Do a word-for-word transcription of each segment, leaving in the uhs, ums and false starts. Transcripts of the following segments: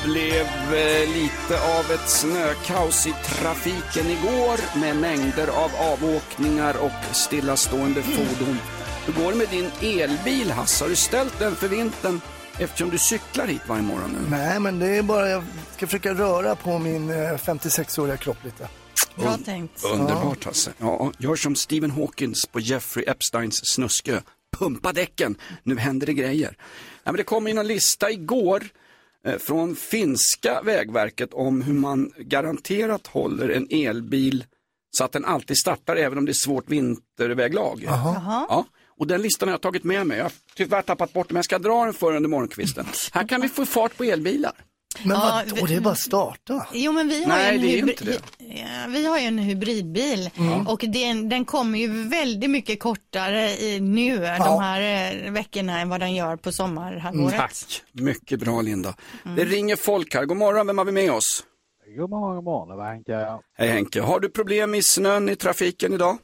blev eh, lite av ett snökaos i trafiken igår med mängder av avåkningar och stillastående fordon. Hur går det med din elbil, Hasse? Har du ställt den för vintern eftersom du cyklar hit varje morgon nu? Nej, men det är bara jag ska försöka röra på min femtiosex-åriga kropp lite. Bra tänkt. Underbart, Hasse. Ja, gör som Stephen Hawkins på Jeffrey Epsteins snuskö. Pumpa däcken, nu händer det grejer. Ja, men det kom in en lista igår eh, från finska vägverket om hur man garanterat håller en elbil så att den alltid startar även om det är svårt vinterväglag. Aha. Ja, och den listan har jag tagit med mig. Jag har tyvärr tappat bort den, men jag ska dra den för under morgonkvisten. Här kan vi få fart på elbilar. Men Ja, vad, det är bara att starta. Jo, men vi har Nej, ju en det är hybrid- inte det. Ja, vi har ju en hybridbil Mm. och den, den kommer ju väldigt mycket kortare i, nu de här eh, veckorna än vad den gör på sommarhalvåret. Tack, mycket bra Linda. Det ringer folk här. God morgon, vem har vi med oss? God morgon, god morgon, det var Henke. Hej Henke, har du problem i snön i trafiken idag?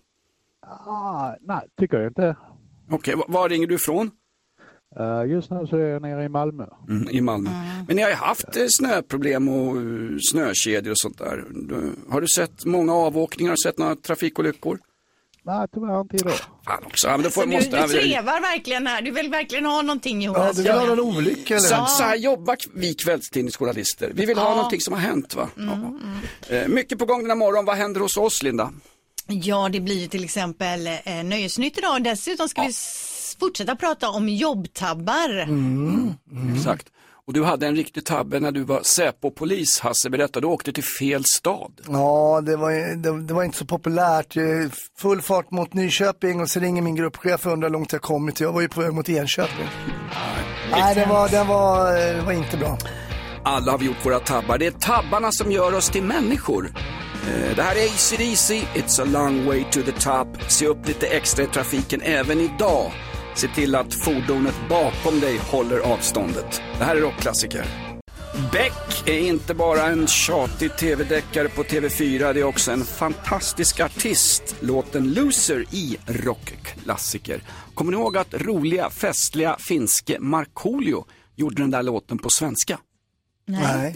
Ah, nej, tycker jag inte. Okej, okay, var ringer du ifrån? Uh, just nu så är jag nere i Malmö. Mm, I Malmö. Mm. Men ni har ju haft eh, snöproblem och uh, snökedjor och sånt där. Du, har du sett många avåkningar och sett några trafikolyckor? Nej, tyvärr inte idag. Fan också. Ja, men då får, Så du, måste, du trevar verkligen här. Du vill verkligen ha någonting, Jonas. Ja, du vill ha någon olycka eller? Så, så här jobbar vi kvällstidningsjournalister. Vi vill ha Ja. någonting som har hänt, va? Mm, Ja. mm. Eh, mycket på gång den här morgon. Vad händer hos oss, Linda? Ja, det blir ju till exempel eh, nöjesnytt idag. Dessutom ska Ja. vi s- fortsätta prata om jobbtabbar. Mm. Mm. Exakt. Och du hade en riktig tabbe när du var Säpo-polis, Hasse, berättade. Du åkte till fel stad. Ja, det var, det, det var inte så populärt. Full fart mot Nyköping och så ringer min gruppchef och undrar hur långt jag kommit. Jag var ju på väg mot Enköping. Nej, det var, det, var, det var inte bra. Alla har vi gjort våra tabbar. Det är tabbarna som gör oss till människor. Eh, Det här är A C D C, It's a long way to the top. Se upp lite extra i trafiken även idag. Se till att fordonet bakom dig håller avståndet. Det här är rockklassiker. Beck är inte bara en tjatig tv-deckare på T V fyra, det är också en fantastisk artist. Låten Loser i rockklassiker. Kommer ni ihåg att roliga, festliga finske Markoolio gjorde den där låten på svenska? Nej.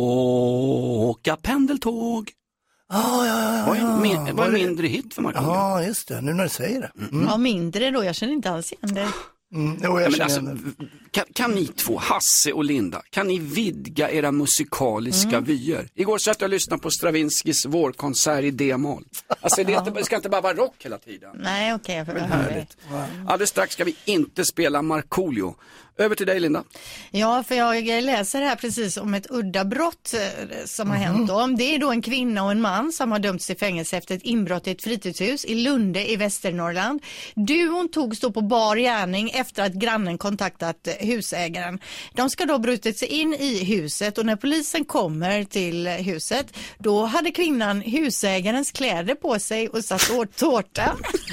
Åka pendeltåg. Ah, ja, ja, ja. Var en, min, var Var en det- mindre hit för Markoolio. Ja, just det. Nu när du säger det. Mm. Ja, mindre då. Jag känner inte alls igen det. Mm. Jo, Ja, jag men känner alltså, igen det. kan, kan ni två, Hasse och Linda, kan ni vidga era musikaliska Mm. vyer? Igår satt jag och lyssnade på Stravinskys vårkonsert i D-moll. Alltså det, är inte, det ska inte bara vara rock hela tiden. Nej, okej. jag Men hör det. härligt. Alldeles strax ska vi inte spela Markoolio. Över till dig, Linda. Ja, för jag läser här precis om ett udda brott eh, som har hänt då. Det är då en kvinna och en man som har dömts till fängelse efter ett inbrott i ett fritidshus i Lunde i Västernorrland. Duon togs då på bar gärning efter att grannen kontaktat eh, husägaren. De ska då ha brutit sig in i huset och när polisen kommer till eh, huset då hade kvinnan husägarens kläder på sig och satt åt tårta.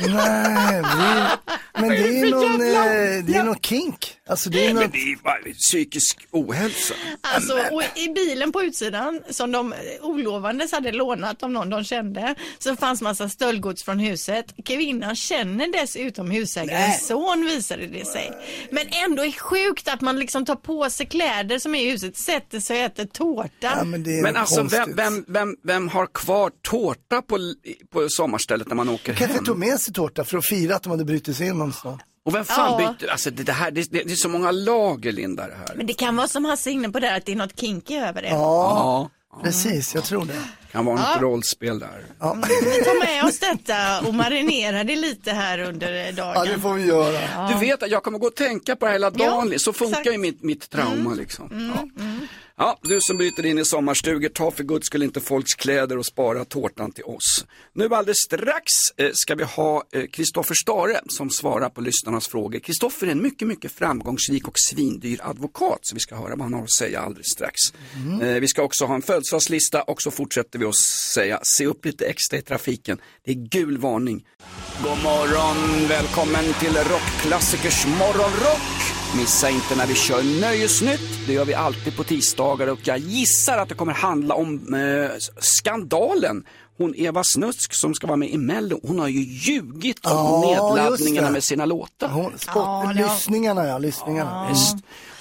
Nej, det, men det är någon, eh, det är någon kink. Alltså det är Men något... det är bara psykisk ohälsa. Alltså, och i bilen på utsidan som de olovandes hade lånat av någon de kände så fanns massa stöldgods från huset. Kvinnan känner dessutom husägarens son, visade det sig. Men ändå är sjukt att man liksom tar på sig kläder som är i huset, sätter sig och äter tårta. Ja, men det är Men alltså, konstigt. vem, vem, vem, vem har kvar tårta på, på sommarstället när man åker Kan hem? inte ta med sig tårta för att fira att de hade brutit sig in någonstans? Och vem fan Ja. byter? Alltså det, det här, det, det är så många lager, Linda, det här. Men det kan vara som Hasse inne på där att det är något kinky över det. Ja, Ja, precis. Jag tror det. kan vara något Ja. rollspel där. Ja, Vi tar med oss detta och marinerar det lite här under dagen. ja det får vi göra. Du vet att jag kommer gå och tänka på det hela dagen. Ja, så funkar exakt. ju mitt, mitt trauma liksom. Ja. Ja, du som bryter in i sommarstugor, ta för guds skull inte folks kläder och spara tårtan till oss. Nu alldeles strax eh, ska vi ha Kristoffer eh, Stare som svarar på lyssnarnas frågor. Kristoffer är en mycket, mycket framgångsrik och svindyr advokat, så vi ska höra vad han har att säga alldeles strax. Mm. Eh, vi ska också ha en födelsedagslista och så fortsätter vi att säga, se upp lite extra i trafiken. Det är gul varning. God morgon, välkommen till Rockklassikers morgonrock. Missa inte när vi kör nöjesnytt. Det gör vi alltid på tisdagar och jag gissar att det kommer handla om eh, skandalen. Hon Eva Snusk som ska vara med i Mello, hon har ju ljugit om Ja, nedladdningarna just det. med sina låtar. Hon, spot, Ja, det har- lyssningarna, ja, lyssningarna. Visst.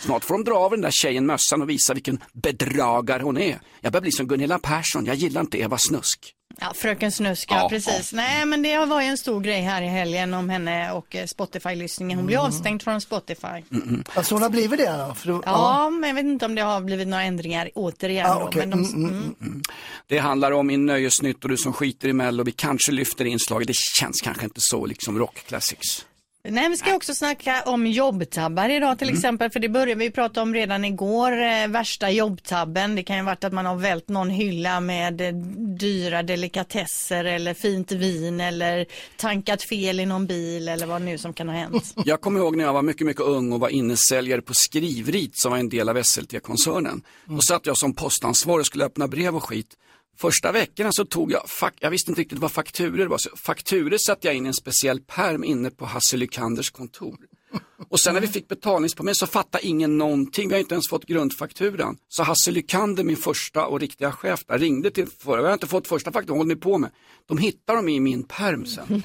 Snart får de dra av den där tjejen mössan och visa vilken bedragare hon är. Jag börjar bli som Gunilla Persson, jag gillar inte Eva Snusk. Ja, fröken Snusk, ja, ja precis. Ja. Nej, men det var ju en stor grej här i helgen om henne och Spotify-lyssningen. Hon blev mm. avstängd från Spotify. Mm. Alltså hon har blivit det då? För då ja, ja, men jag vet inte om det har blivit några ändringar återigen. Ah, då, okay. men de, mm, mm. Mm. Det handlar om i Nöjesnytt och du som skiter i Mello. Vi kanske lyfter inslaget. Det känns kanske inte så liksom rock classics. Nej, vi ska också snacka om jobbtabbar idag till mm. exempel, för det började vi prata om redan igår, eh, värsta jobbtabben. Det kan ju ha varit att man har vält någon hylla med eh, dyra delikatesser eller fint vin eller tankat fel i någon bil eller vad nu som kan ha hänt. Jag kommer ihåg när jag var mycket, mycket ung och var innesäljare på Skrivrit som var en del av S L T-koncernen. Mm. Då satt jag som postansvarig och skulle öppna brev och skit. Första veckorna så tog jag, jag visste inte riktigt vad fakturer var, så fakturer satte jag in i en speciell pärm inne på Hasse Lykanders kontor. Och sen när vi fick betalningspåminnelse så fattade ingen någonting, vi har inte ens fått grundfakturan. Så Hasse Lykander, min första och riktiga chef där, ringde till, för, jag har inte fått första fakturan, håller ni på med? De hittar dem i min pärm sen.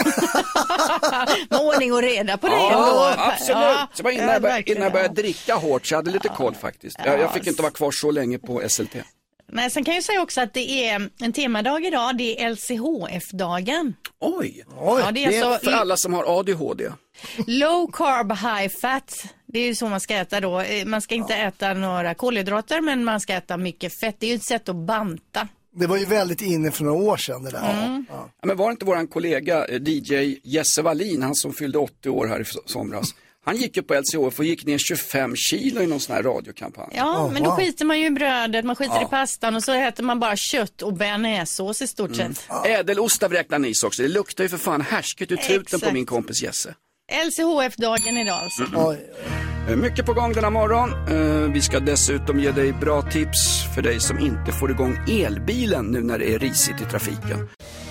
Med ordning och reda på det. Ja, ändå. absolut. Ja, så var innan, ja, jag började, innan jag började dricka hårt så jag hade lite koll faktiskt. Jag, jag fick inte vara kvar så länge på S L T. Nej, sen kan jag säga också att det är en temadag idag, det är L C H F-dagen. Oj, Oj. Ja, det är, det är alltså för alla som har A D H D. Low carb, high fat. Det är ju så man ska äta då. Man ska inte äta några kolhydrater, men man ska äta mycket fett. Det är ju ett sätt att banta. Det var ju väldigt inne för några år sedan det där. Mm. Ja. Ja, men var det inte våran kollega D J Jesse Wallin, han som fyllde åttio år här i somras. Han gick ju på L C H F och gick ner tjugofem kilo i någon sån här radiokampanj. Ja, oh, men då wow. skiter man ju i brödet, man skiter Ja. i pastan och så äter man bara kött och bearnaisesås i stort Mm. sett. Ädelost av räknanis också. Det luktar ju för fan härsket ur truten Exakt. på min kompis Jesse. L C H F-dagen idag alltså. Mm. Oj. Mycket på gång denna morgon. Vi ska dessutom ge dig bra tips för dig som inte får igång elbilen nu när det är risigt i trafiken.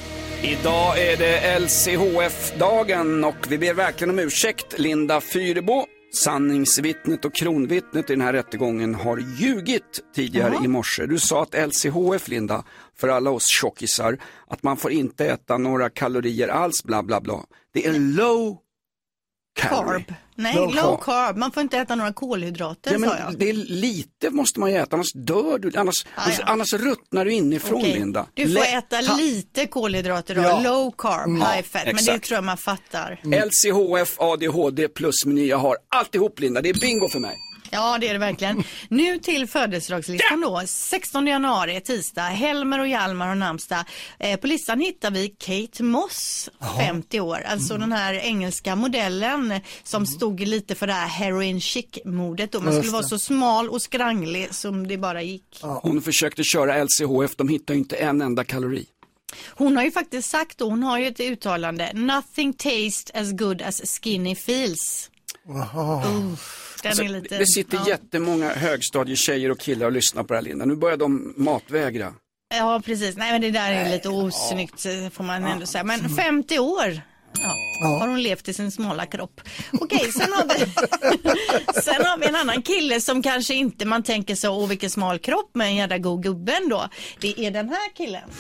Idag är det L C H F-dagen och vi ber verkligen om ursäkt. Linda Fyrebo, sanningsvittnet och kronvittnet i den här rättegången, har ljugit tidigare Aha. i morse. Du sa att L C H F, Linda, för alla oss tjockisar, att man får inte äta några kalorier alls, bla bla bla. Det är low calorie. Carb. Nej, Low low, carb. carb. Man får inte äta några kolhydrater, Ja, sa jag. men det är lite måste man ju äta, annars dör du, annars, Ah, annars, ja. annars ruttnar du inifrån, Okej. Linda. Du får Lä- äta ha- lite kolhydrater då. Ja. Low carb, Mm. high fat. Men det exakt. tror jag man fattar. L C H F, A D H D plus meny, jag har alltihop, Linda, det är bingo för mig. Ja, det är det verkligen. Nu till födelsedagslistan då. sextonde januari, tisdag. Helmer och Hjalmar har namnsdag. Eh, på listan hittar vi Kate Moss, femtio år. Alltså Mm. den här engelska modellen som stod lite för det här heroin chic-modet. Man Just skulle vara det. så smal och skranglig som det bara gick. Hon försökte köra L C H F, de hittar inte en enda kalori. Hon har ju faktiskt sagt då, hon har ju ett uttalande. Nothing tastes as good as skinny feels. Aha. Den Alltså, är lite, det sitter ja. jättemånga högstadietjejer och killar och lyssnar på det här, Linda. Nu börjar de matvägra. Ja, precis. Nej, men det där är lite osnyggt får man ändå säga. Men femtio år ja, har hon levt i sin smala kropp. Okej, sen har vi sen har vi en annan kille som kanske inte man tänker så, åh vilken smal kropp, men en jävla god gubben då. Det är den här killen.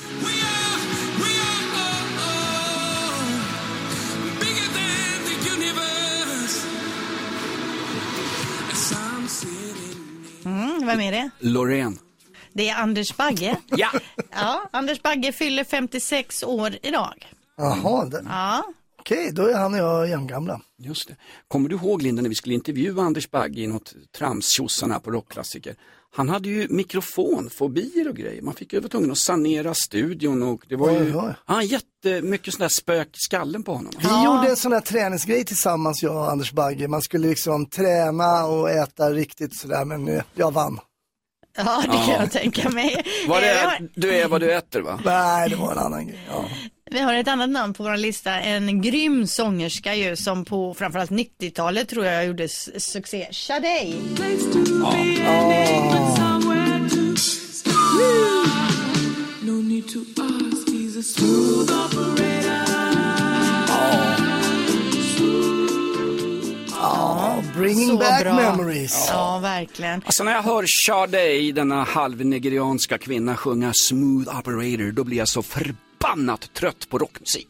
Mm, vem är det? Loreen. Det är Anders Bagge. Ja. Ja, Anders Bagge fyller femtiosex år idag. Jaha, det- Ja. okej, då är han och jag jämngamla. Just det. Kommer du ihåg, Linda, när vi skulle intervjua Anders Bagge i något tramstjosan här på Rockklassiker? Han hade ju mikrofonfobier och grejer. Man fick ju vara tvungen att sanera studion och det var ju Oj, oj. ah, jättemycket sån där spök i skallen på honom. Vi gjorde en sån här träningsgrej tillsammans, jag och Anders Bagge. Man skulle liksom träna och äta riktigt sådär, men eh, jag vann. Ja, det kan jag tänka mig. Vad det Eh, vi, är, har, du är vad du äter, va? Nej, det var en annan grej. Ja. vi har ett annat namn på vår lista. En grym sångerska ju som på framförallt nittiotalet tror jag gjorde s- succé. Sade. Ja, bringing Så back bra. memories. Ja, verkligen. Alltså när jag hör Sade, denna halvnigerianska kvinna, sjunga Smooth Operator, då blir jag så förbannat trött på rockmusik.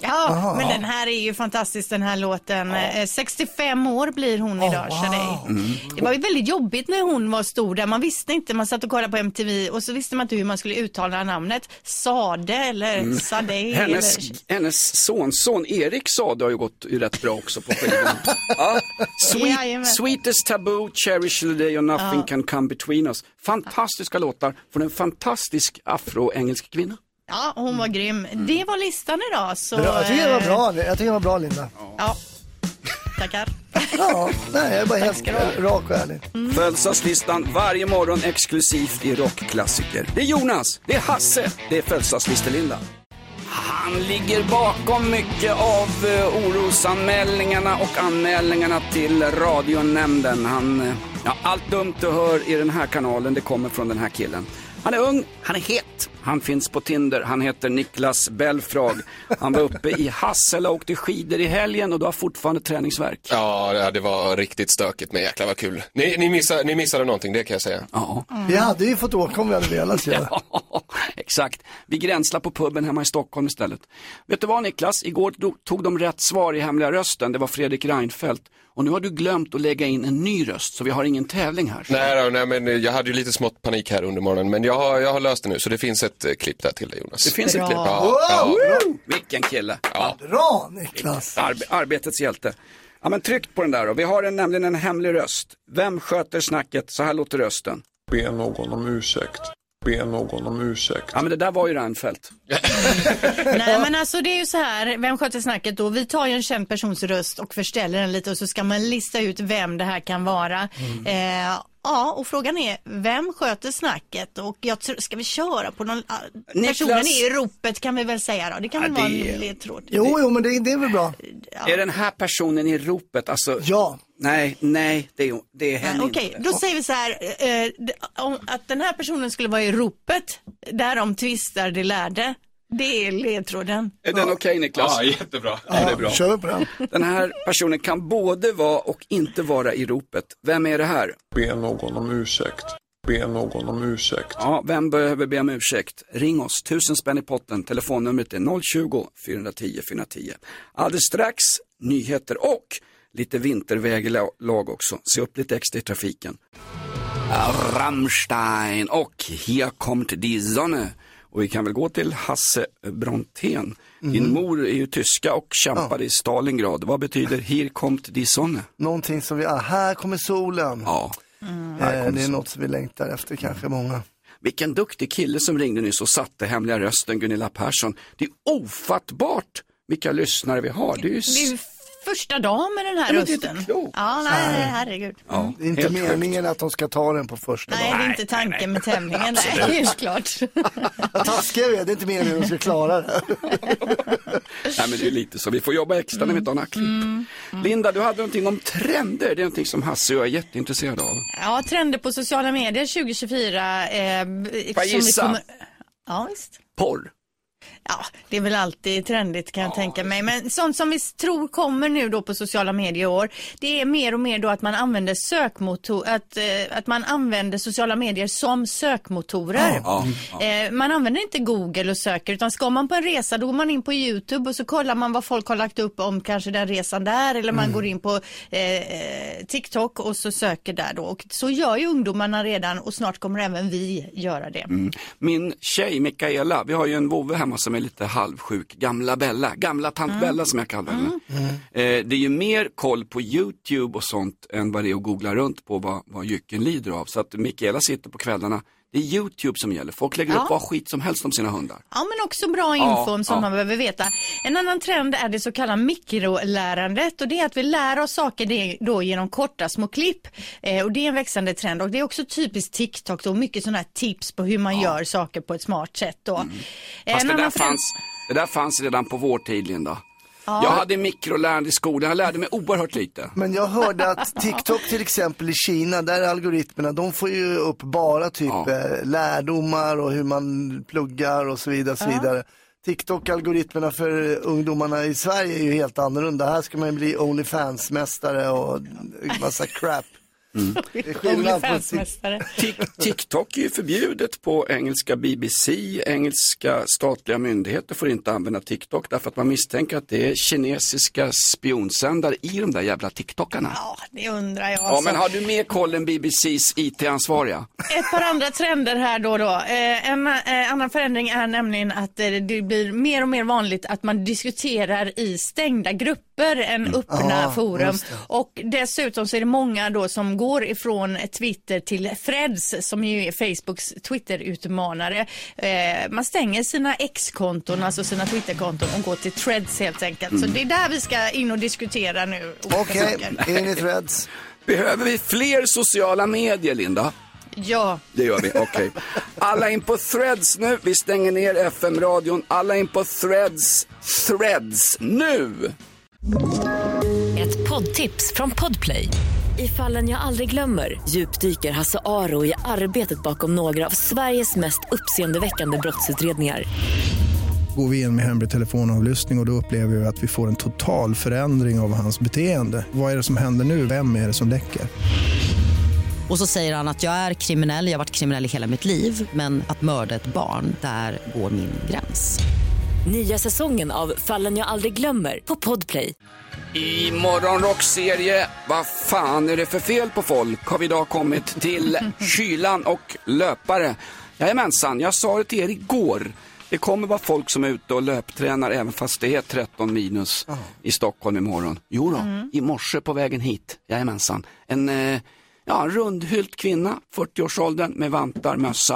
Ja, Aha. men den här är ju fantastisk, den här låten. Ja. sextiofem år blir hon idag, Oh, wow. det. Mm. Det var ju väldigt jobbigt när hon var stor där. Man visste inte, man satt och kollade på M T V och så visste man inte hur man skulle uttala namnet. Sade eller mm. Sade. Hennes, eller... hennes sonson Erik Sade har ju gått rätt bra också på skivan. Ja. Sweet, Sweetest Taboo, Cherish the Day och Nothing ja. Can Come Between Us. Fantastiska låtar från en fantastisk afro-engelsk kvinna. Ja, hon var grym. Det var listan idag. Så... Bra, jag tycker det var bra, jag tycker det var bra, Linda. Ja, tackar. Ja, nej, jag är bara helt rak och ärlig. Mm. Födelsedagslistan varje morgon exklusivt i rockklassiker. Det är Jonas, det är Hasse, det är födelsedagslistelinda. Han ligger bakom mycket av uh, orosanmälningarna och anmälningarna till radionämnden. Han, uh, ja, allt dumt du hör i den här kanalen, det kommer från den här killen. Han är ung, han är het, han finns på Tinder, han heter Niklas Belfrag. Han var uppe i Hassela och åkte skidor i helgen och då har fortfarande träningsverk. Ja, det var riktigt stökigt, men jäklar vad kul. Ni, ni, missade, ni missade någonting, det kan jag säga. Ja. Mm. Vi hade ju fått åka om vi hade velat. Ja. Ja, exakt. Vi gränslar på puben hemma i Stockholm istället. Vet du vad, Niklas? Igår tog de rätt svar i hemliga rösten. Det var Fredrik Reinfeldt. Och nu har du glömt att lägga in en ny röst, så vi har ingen tävling här. Nej, då, nej men jag hade ju lite smått panik här under morgonen, men jag har, jag har löst det nu, så det finns ett eh, klipp där till dig, Jonas. Det finns Bra. ett klipp. Ja, ja. Wow. Vilken kille. Ja. Bra, Niklas. Arbe- arbetets hjälte. Ja, men tryck på den där då. Vi har en, nämligen en hemlig röst. Vem sköter snacket? Så här låter rösten. Be någon om ursäkt. Be någon om ursäkt. Ja, men det där var ju Reinfeldt. Nej, men alltså det är ju så här, vem sköter snacket då? Vi tar ju en känd persons röst och förställer den lite och så ska man lista ut vem det här kan vara. Mm. Eh, ja, och frågan är, vem sköter snacket? Och jag tror, ska vi köra på någon uh, Niklas... personen i ropet kan vi väl säga då? Det kan väl ja, vara det... en ledtråd. Jo, jo, men det, det är väl bra. Ja. Är den här personen i ropet? Alltså... Ja. Nej, nej, det är, det är henne Okej, inte. då säger vi så här, eh, om, att den här personen skulle vara i ropet, därom tvistar de lärde. Det är ledtråden. Är den okej, okay, Niklas? Ja, jättebra. Ja, det är bra. Kör vi på den. Den här personen kan både vara och inte vara i ropet. Vem är det här? Be någon om ursäkt. Be någon om ursäkt. Ja, vem behöver be om ursäkt? Ring oss, tusen spänn i potten. Telefonnumret är noll tjugo, fyra tio, fyra tio. Alldeles strax, nyheter och lite vinterväglag också. Se upp lite extra i trafiken. Rammstein och Hier kommt die Sonne. Och vi kan väl gå till Hasse Brontén. Mm. Din mor är ju tyska och kämpade ja. i Stalingrad. Vad betyder Hier kommt die Sonne? Någonting som vi, ah, här kommer solen. Ja. Mm. Eh, det är något som vi längtar efter, kanske många. Vilken duktig kille som ringde nyss och satte hemliga rösten, Gunilla Persson. Det är ofattbart vilka lyssnare vi har. Det är ju... Det är första dagen med den här ja, rösten. Det är inte klokt. Ja, nej, nej, herregud. Ja, det är inte meningen sjukt. Att de ska ta den på första nej, dagen. Nej, det är inte tanken med tävlingen. Nej, helt klart. Taskiga vi är, det är inte meningen att de ska klara det. Nej, men det är lite så. Vi får jobba extra mm. när vi tar nacklipp. Mm. Mm. Linda, du hade någonting om trender. Det är någonting som Hasse och jag är jätteintresserad av. Ja, trender på sociala medier tjugo tjugofyra. Eh, Får jag gissa? Kommer... Ja, visst. Porr. Ja, det är väl alltid trendigt kan jag ja, tänka mig. Men sånt som vi tror kommer nu då på sociala medier i år, det är mer och mer då att man använder sökmotor, att, eh, att man använder sociala medier som sökmotorer. Ja, ja. Eh, man använder inte Google och söker, utan ska man på en resa då går man in på YouTube och så kollar man vad folk har lagt upp om kanske den resan där, eller man mm. går in på eh, TikTok och så söker där då. Och så gör ju ungdomarna redan och snart kommer även vi göra det. Mm. Min tjej Mikaela, vi har ju en vovve hemma som är lite halvsjuk, gamla Bella, gamla tant mm. Bella som jag kallar henne. Mm. Eh, det är ju mer koll på YouTube och sånt än vad det är att googla runt på vad, vad jycken lider av. Så att Mikaela sitter på kvällarna, det är YouTube som gäller. Folk lägger ja. upp vad skit som helst om sina hundar. Ja, men också bra info ja, som ja. man behöver veta. En annan trend är det så kallade mikrolärandet, och det är att vi lär oss saker då genom korta små klipp. Eh, och det är en växande trend, och det är också typiskt TikTok då, mycket sådana här tips på hur man ja. gör saker på ett smart sätt då. Mm. Fast det där, trend... fanns, det där fanns redan på vår tid, Linda. Ja. Jag hade mikrolärande i skolan, jag lärde mig oerhört lite. Men jag hörde att TikTok till exempel i Kina, där är algoritmerna, de får ju upp bara typ ja. lärdomar och hur man pluggar och så vidare. Så vidare. Ja. TikTok-algoritmerna för ungdomarna i Sverige är ju helt annorlunda. Här ska man bli OnlyFans-mästare och massa crap. Mm. Det är skillnad på Tik- TikTok är ju förbjudet på engelska B B C. Engelska statliga myndigheter får inte använda TikTok därför att man misstänker att det är kinesiska spionsändare i de där jävla TikTokarna. Ja, det undrar jag. Ja, alltså. men har du mer koll än B B C:s I T-ansvariga? Ett par andra trender här då då. Eh, en eh, annan förändring är nämligen att eh, det blir mer och mer vanligt att man diskuterar i stängda grupper än öppna Ah, forum. just det. Och dessutom så är det många då som går ifrån Twitter till Threads som ju är Facebooks Twitter-utmanare. Eh, man stänger sina X-konton, alltså sina Twitter-konton och går till Threads helt enkelt. Så det är där vi ska in och diskutera nu. Okej, in i Threads. Behöver vi fler sociala medier, Linda? Ja. Det gör vi, okej. Okay. Alla in på Threads nu. Vi stänger ner F M-radion. Alla in på Threads. Threads nu! Ett poddtips från Podplay. I Fallen jag aldrig glömmer djupdyker Hasse Aro i arbetet bakom några av Sveriges mest uppseendeväckande brottsutredningar. Går vi in med hemlig telefonavlyssning och, och då upplever vi att vi får en total förändring av hans beteende. Vad är det som händer nu? Vem är det som läcker? Och så säger han att jag är kriminell, jag har varit kriminell i hela mitt liv. Men att mörda ett barn, där går min gräns. Nya säsongen av Fallen jag aldrig glömmer på Podplay. I morgonrockserie, vad fan är det för fel på folk? Har vi idag kommit till kylan och löpare. Jajamensan, jag sa det till er igår. Det kommer vara folk som är ute och löptränar även fast det är tretton minus oh. i Stockholm imorgon. Jo då, mm. i morse på vägen hit. Jajamensan. En, eh, ja, en rundhylt kvinna, fyrtio-årsåldern med vantar, mössa.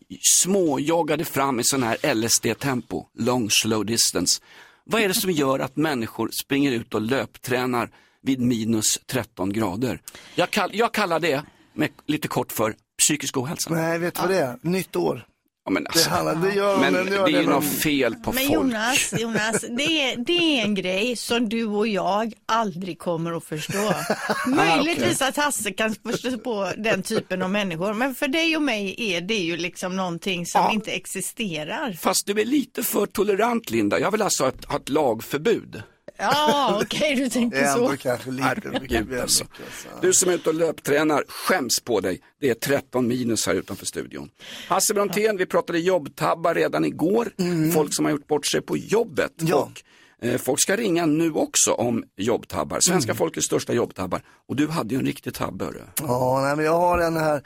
Småjoggade fram i sån här L S D-tempo, long slow distance. Vad är det som gör att människor springer ut och löptränar vid minus tretton grader? Jag, kall, jag kallar det, med lite kort för, psykisk ohälsa. Nej, vet du vad det är? Nytt år. Ja, men alltså, det, handlar, det, gör, men det, gör det är ju något fel på men folk. Jonas, Jonas det, är, det är en grej som du och jag aldrig kommer att förstå. Möjligtvis att Hasse kan förstå på den typen av människor. Men för dig och mig är det ju liksom någonting som ja. inte existerar. Fast du är lite för tolerant, Linda. Jag vill alltså ha ett, ha ett lagförbud. Ja, okej, okay, du tänkte så. Kanske lite, mycket, alltså. Du som är ute och löptränar, skäms på dig. Det är tretton minus här utanför studion. Hasse Brontén, ja. vi pratade jobbtabbar redan igår. Mm. Folk som har gjort bort sig på jobbet. Ja. Och eh, folk ska ringa nu också om jobbtabbar. Svenska mm. folkets största jobbtabbar. Och du hade ju en riktig tabbe. Ja, nej, men jag har en här.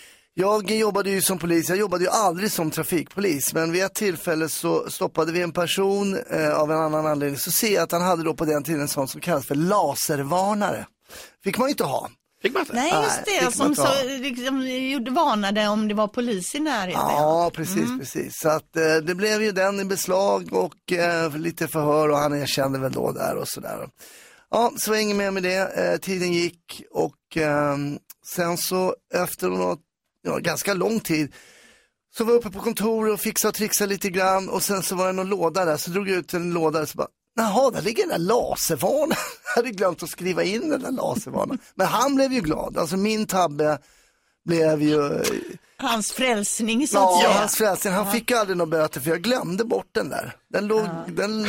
Jag jobbade ju som polis, jag jobbade ju aldrig som trafikpolis, men vid ett tillfälle så stoppade vi en person eh, av en annan anledning. Så ser jag att han hade då på den tiden en sån som kallas för laservarnare. Fick man ju inte ha. Fick man inte? Nej, just det, Nej, som så, liksom, gjorde varnade om det var polis i närheten. Ja, precis, mm. precis. Så att eh, det blev ju den i beslag och eh, lite förhör och han erkände väl då där och sådär. Ja, så hänger med med det. Eh, tiden gick och eh, sen så efter något Ja, ganska lång tid. Så var jag uppe på kontor och fixade och trixade lite grann. Och sen så var det någon låda där. Så drog jag ut en låda och så bara, jaha, där ligger den där laservarnan. Jag hade glömt att skriva in den där laservarnan. Men han blev ju glad. Alltså min tabbe blev ju... Hans frälsning så att ja, säga. Ja, hans frälsning. Han ja. fick ju aldrig någon böter för jag glömde bort den där. Den låg... Ja. Den...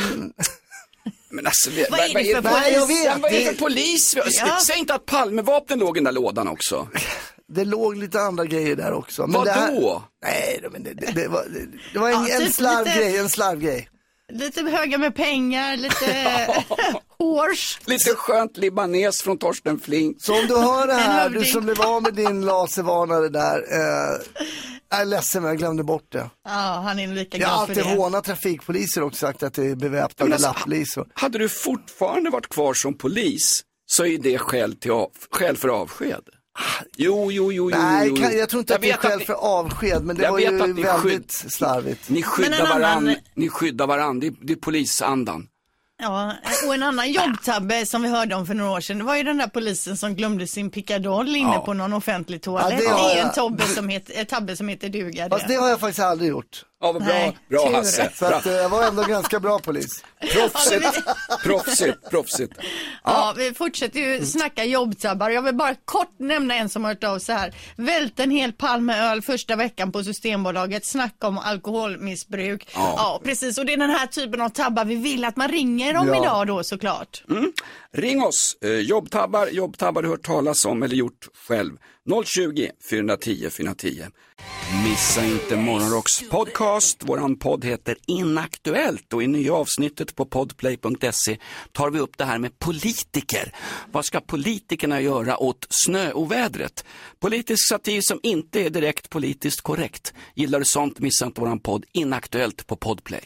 Men alltså, det, vad är det för vad, polis? Jag vet, vad är det för polis? Ja. Säg inte att Palmevapnen låg i den där lådan också. Det låg lite andra grejer där också. Men vad det här, då? Nej, men det, det, det var, det, det var en, ja, typ en slarvgrej, lite, en slarvgrej. Lite höga med pengar, lite hårs. Lite skönt libanes från Torsten Flink. Så om du hör det här, du som blev av med din laservarnare där, eh, jag är ledsen men jag glömde bort det. Ja, han är lika jag glad för det. Jag har alltid hånat trafikpoliser och sagt att det är beväpnade alltså, lapplisor. Hade du fortfarande varit kvar som polis så är det skäl, till av, skäl för avsked. Jo, jo, jo, Nej, jo, jo. Kan, jag tror inte jag att det är skäl för avsked, men det var ju väldigt skydd, slarvigt. Ni skyddar varann, annan... ni skyddar varann, det, det är polisandan. Ja, och en annan jobbtabbe som vi hörde om för några år sedan, det var ju den där polisen som glömde sin pickadoll inne ja. på någon offentlig toalett. Ja, det, det är ju en tabbe som heter, tabbe som heter duga. Fast det har jag faktiskt aldrig gjort. Ja, vad bra, Nej, bra tur. Hasse. Så att, eh, jag var ändå ganska bra polis. Proffsigt, proffsigt, proffsigt. Ja, vi fortsätter ju snacka jobbtabbar. Jag vill bara kort nämna en som har hört av så här. Vält en hel palme öl första veckan på Systembolaget. Snacka om alkoholmissbruk. Ja. Ja, precis. Och det är den här typen av tabbar vi vill att man ringer om Ja. idag då såklart. Mm. Ring oss, eh, jobbtabbar, jobbtabbar du hört talas om eller gjort själv. noll tjugo, fyra tio, fyra tio. Missa inte Morgonrocks podcast. Våran podd heter Inaktuellt och i nya avsnittet på podplay punkt se tar vi upp det här med politiker. Vad ska politikerna göra åt snöovädret? Politisk satir som inte är direkt politiskt korrekt. Gillar du sånt, missa inte våran podd Inaktuellt på Podplay.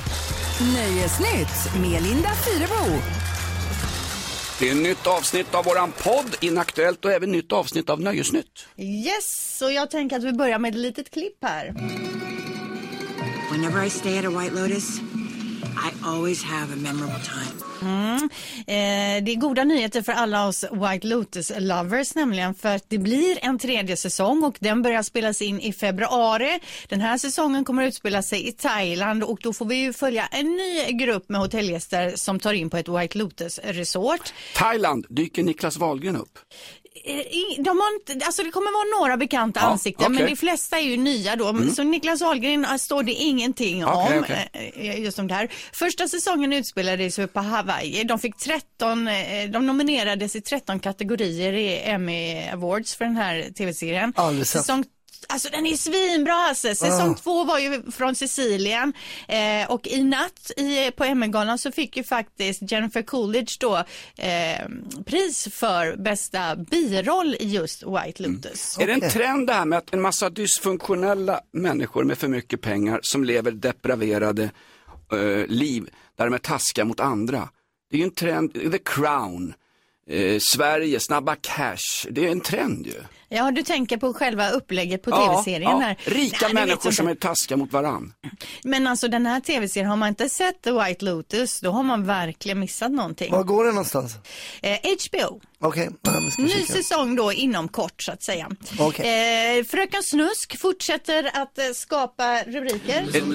Nöjesnytt med Linda Fyrebo. Det är ett nytt avsnitt av våran podd Inaktuellt och även nytt avsnitt av Nöjesnytt. Yes, så jag tänker att vi börjar med ett litet klipp här. Whenever I stay at a White Lotus, I always have a memorable time. Mm. Eh, det är goda nyheter för alla oss White Lotus lovers nämligen, för att det blir en tredje säsong och den börjar spelas in i februari. Den här säsongen kommer att utspela sig i Thailand och då får vi ju följa en ny grupp med hotellgäster som tar in på ett White Lotus resort. Thailand, dyker Niklas Wahlgren upp? De har inte, alltså det kommer vara några bekanta Ja, ansikten, okay. men de flesta är ju nya då. Mm. Så Niklas Wahlgren står det ingenting okay, om okay. just om det här. Första säsongen utspelade sig på Hawaii. De fick tretton, de nominerades i tretton kategorier i Emmy Awards för den här tv-serien. Säsong Alltså den är svinbra alltså. Säsong ah. två var ju från Sicilien eh, och i natt i, på Emmy-galan så fick ju faktiskt Jennifer Coolidge då eh, pris för bästa biroll i just White Lotus. Mm. Är det en trend det här med att en massa dysfunktionella människor med för mycket pengar som lever depraverade eh, liv där de är taskiga mot andra? Det är ju en trend, The Crown. Eh, Sverige, snabba cash, det är en trend ju. Ja, du tänker på själva upplägget på ja, tv-serien ja. här. Rika Nej, människor som är taskiga mot varann. Men alltså den här tv-serien, har man inte sett The White Lotus, då har man verkligen missat någonting. Var går det någonstans? Eh, H B O. Okej. Okay. Ny kika. Säsong då inom kort så att säga. Okay. Eh, Fröken Snusk fortsätter att eh, skapa rubriker. Eh.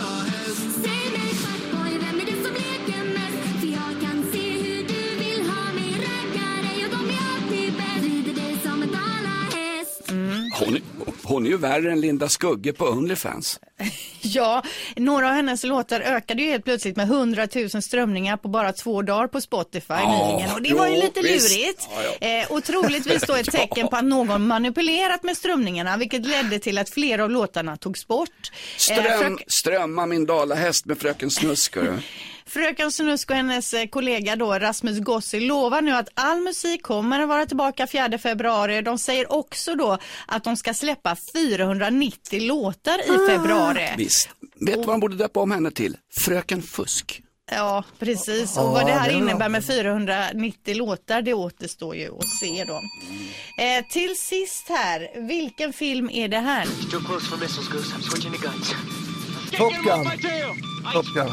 Hon, hon är ju värre än Linda Skugge på OnlyFans. Ja, några av hennes låtar ökade ju helt plötsligt med hundratusen strömningar på bara två dagar på Spotify oh, nyligen. Och det var ju lite visst. lurigt. Ja, ja. Eh, och troligtvis då ett tecken på att någon manipulerat med strömningarna, vilket ledde till att flera av låtarna togs bort. Ström, eh, frök... Strömma min dalahäst med Fröken Snusk. Fröken Snusk och hennes kollega då Rasmus Gossi lovar nu att all musik kommer att vara tillbaka fjärde februari. De säger också då att de ska släppa fyrahundranittio låtar i februari. Visst. Vet du vad man borde döpa om henne till? Fröken Fusk. Ja, precis. Och vad det här innebär med fyrahundranittio låtar, det återstår ju att se då. Eh, till sist här, vilken film är det här? Top Gun. Top Gun.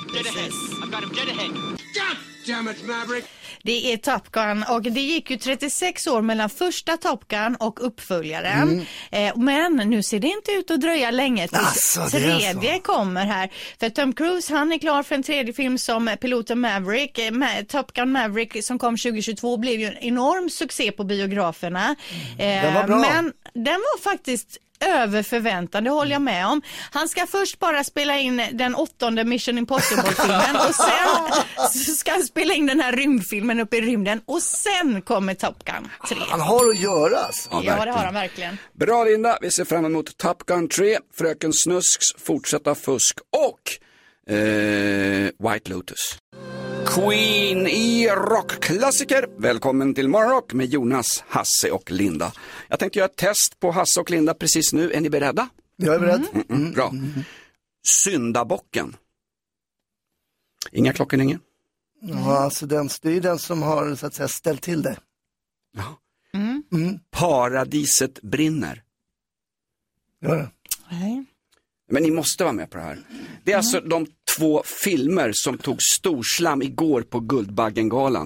Det är Top Gun och det gick ju trettiosex år mellan första Top Gun och uppföljaren. Mm. Eh, men nu ser det inte ut att dröja länge tills alltså, tredje kommer här. För Tom Cruise, han är klar för en tredje film som piloten Maverick. Eh, Top Gun Maverick som kom tjugohundratjugotvå blev ju en enorm succé på biograferna. Eh, den var bra. Men den var faktiskt över förväntan, det håller jag med om. Han ska först bara spela in den åttonde Mission Impossible-filmen och sen ska han spela in den här rymdfilmen uppe i rymden och sen kommer Top Gun tre. Han har att göra alltså. Ja, ja det har han verkligen. Bra Linda, vi ser fram emot Top Gun tre, Fröken Snusks fortsätta fusk och eh, White Lotus. Queen i rockklassiker. Välkommen till Morgonrock med Jonas, Hasse och Linda. Jag tänkte göra ett test på Hasse och Linda precis nu. Är ni beredda? Jag är beredd. Mm, mm, bra. Syndabocken. Inga klockor, ingen? Ja, alltså den, det är den som har så att säga ställt till det. Ja. Mm. Mm. Paradiset brinner. Gör det. Nej. Men ni måste vara med på det här. Det är mm. alltså de två filmer som tog storslam igår på Guldbaggengalan.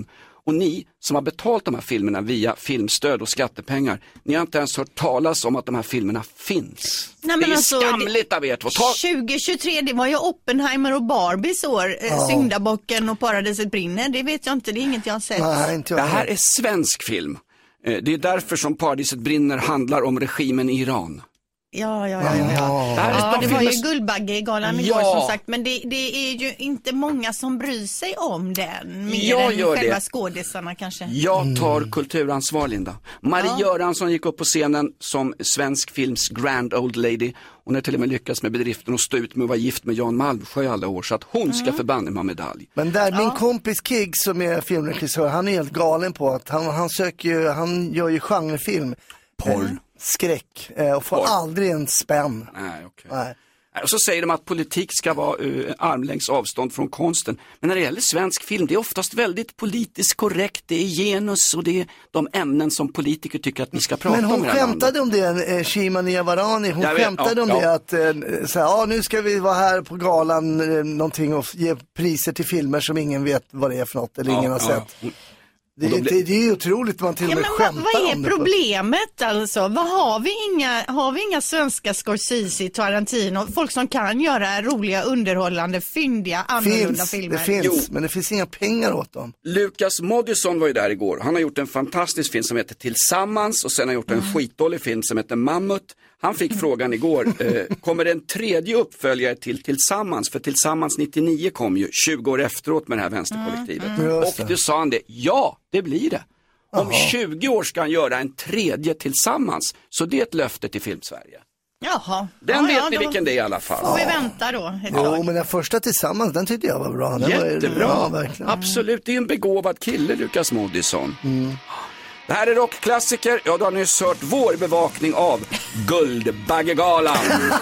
Och ni som har betalt de här filmerna via filmstöd och skattepengar, ni har inte ens hört talas om att de här filmerna finns. Nej, det är alltså, skamligt det, av er två. Ta... tjugo tjugotre, det var ju Oppenheimer och Barbies år. Ja. Syndabocken och Paradiset brinner, det vet jag inte, det är inget jag har sett. Nej, inte jag. Det här är svensk film. Det är därför som Paradiset brinner handlar om regimen i Iran. Ja, ja, ja, ja. ja. Det, här är ja, det var filmer... ju Guldbaggegalan igår ja. som sagt, men det, det är ju inte många som bryr sig om den. Mer jag än gör själva det. skådisarna kanske. Jag tar mm. kulturansvar, Linda. Marie ja. Göransson gick upp på scenen som svensk films grand old lady. Hon har till och med lyckats med bedriften att stå ut med att vara gift med Jan Malmsjö i alla år, så att hon mm. ska förbanna med medalj. Men där, min ja. kompis Kigg som är filmregissör, han är helt galen på att han, han söker ju, han gör ju genrefilm. Porr. Eh, skräck eh, och får Porr. aldrig en spänn. Nej, okej. Okay. Nej. Och så säger de att politik ska vara uh, armlängds avstånd från konsten. Men när det gäller svensk film, det är oftast väldigt politiskt korrekt. Det är genus och det är de ämnen som politiker tycker att vi ska prata om. Men hon om skämtade om det, eh, Shima Niavarani. Hon vet, skämtade ja, om ja. det att eh, så här, ja, nu ska vi vara här på galan eh, någonting och ge priser till filmer som ingen vet vad det är för något eller ja, ingen har ja. sett. Det, de blir... det, det är ju otroligt man till och med ja, skämtar om det. Vad är problemet alltså? Vad har vi inga, har vi inga svenska Scorsese, Tarantino, folk som kan göra roliga, underhållande, fyndiga, annorlunda finns, filmer? Det finns, jo. men det finns inga pengar åt dem. Lukas Moodysson var ju där igår. Han har gjort en fantastisk film som heter Tillsammans och sen har gjort en mm. skitdålig film som heter Mammut. Han fick frågan igår, eh, kommer det en tredje uppföljare till Tillsammans? För Tillsammans nittionio kom ju tjugo år efteråt med det här vänsterkollektivet. Mm, mm. Och då sa han det, ja det blir det. Om Aha. tjugo år ska han göra en tredje Tillsammans. Så det är ett löfte till Filmsverige. Jaha. Den ja, vet ja, ni vilken det är i alla fall. Får vi vänta då? Jo, men den första Tillsammans, den tyckte jag var bra. Den Jättebra. Var, ja, verkligen. Absolut, det är en begåvad kille, Lukas Moodysson. Mm. Det här är rockklassiker. Ja, du har nyss hört vår bevakning av Guldbaggegalan.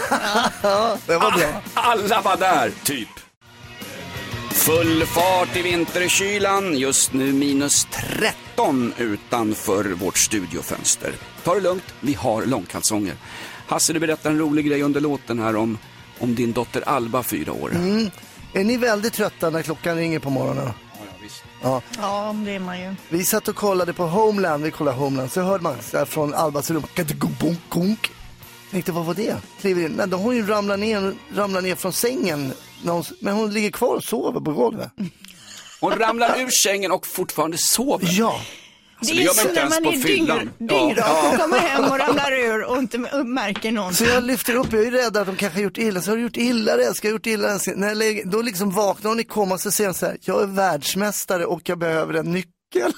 Ja, det var bra. Alla var där, typ. Full fart i vinterkylan. Just nu minus tretton utanför vårt studiofönster. Ta det lugnt, vi har långkalsonger. Hasse, du berättar en rolig grej under låten här om, om din dotter Alba, fyra år. Mm. Är ni väldigt trötta när klockan ringer på morgonen? Ja. ja, det är man ju. Vi satt och kollade på Homeland, vi kollade Homeland, så hörde man så här från Albas rum, kunk. Tänkte, vad var det? Kliver in. Nej, då hon ju ramlat ner, ramlat ner från sängen, hon, men hon ligger kvar och sover på golvet. Hon ramlar ur sängen och fortfarande sover. Ja. Alltså, det, det är så när man är dyngrak ja. och kommer hem och ramlar ur och inte märker någonting. Så jag lyfter upp, jag är rädd att de kanske har gjort illa. Så har du gjort illa det, ska jag gjort illa det. När jag lägger, då liksom vaknar hon i komma och så säger hon så här, jag är världsmästare och jag behöver en nyckel.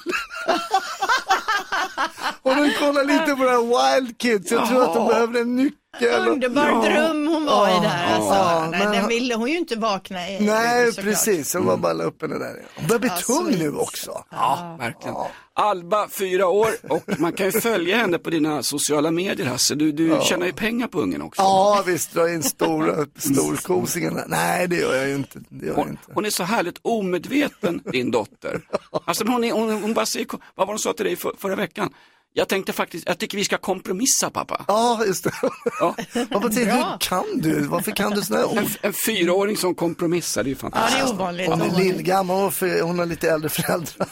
Och de kollar lite på det här Wild Kids, jag tror att de behöver en nyckel. Underbar ja. dröm hon var ja. i där alltså. Ja, Nej, men... den ville hon ju inte vakna i. Nej, precis. Hon var bara uppe den där. Hon börjar bli ja, tung sweet. nu också. Ja, verkligen. Ja. Alba, fyra år, och man kan ju följa henne på dina sociala medier, Hasse. Du, du ja. tjänar ju pengar på ungen också. Ja, visst, drar in stora storkosingen. Nej, det gör jag ju inte. Det gör hon, jag inte. Hon är så härligt omedveten, din dotter. Alltså, hon, är, hon, hon bara säger, vad var hon sa till dig för, förra veckan? Jag tänkte faktiskt, jag tycker vi ska kompromissa, pappa. Ja, just det. Ja. Pappa, hur kan du? Varför kan du sådär? En, en fyraåring som kompromissar, det är ju fantastiskt. Ja, det är ovanligt. Hon är lillgammal, hon har lite äldre föräldrar.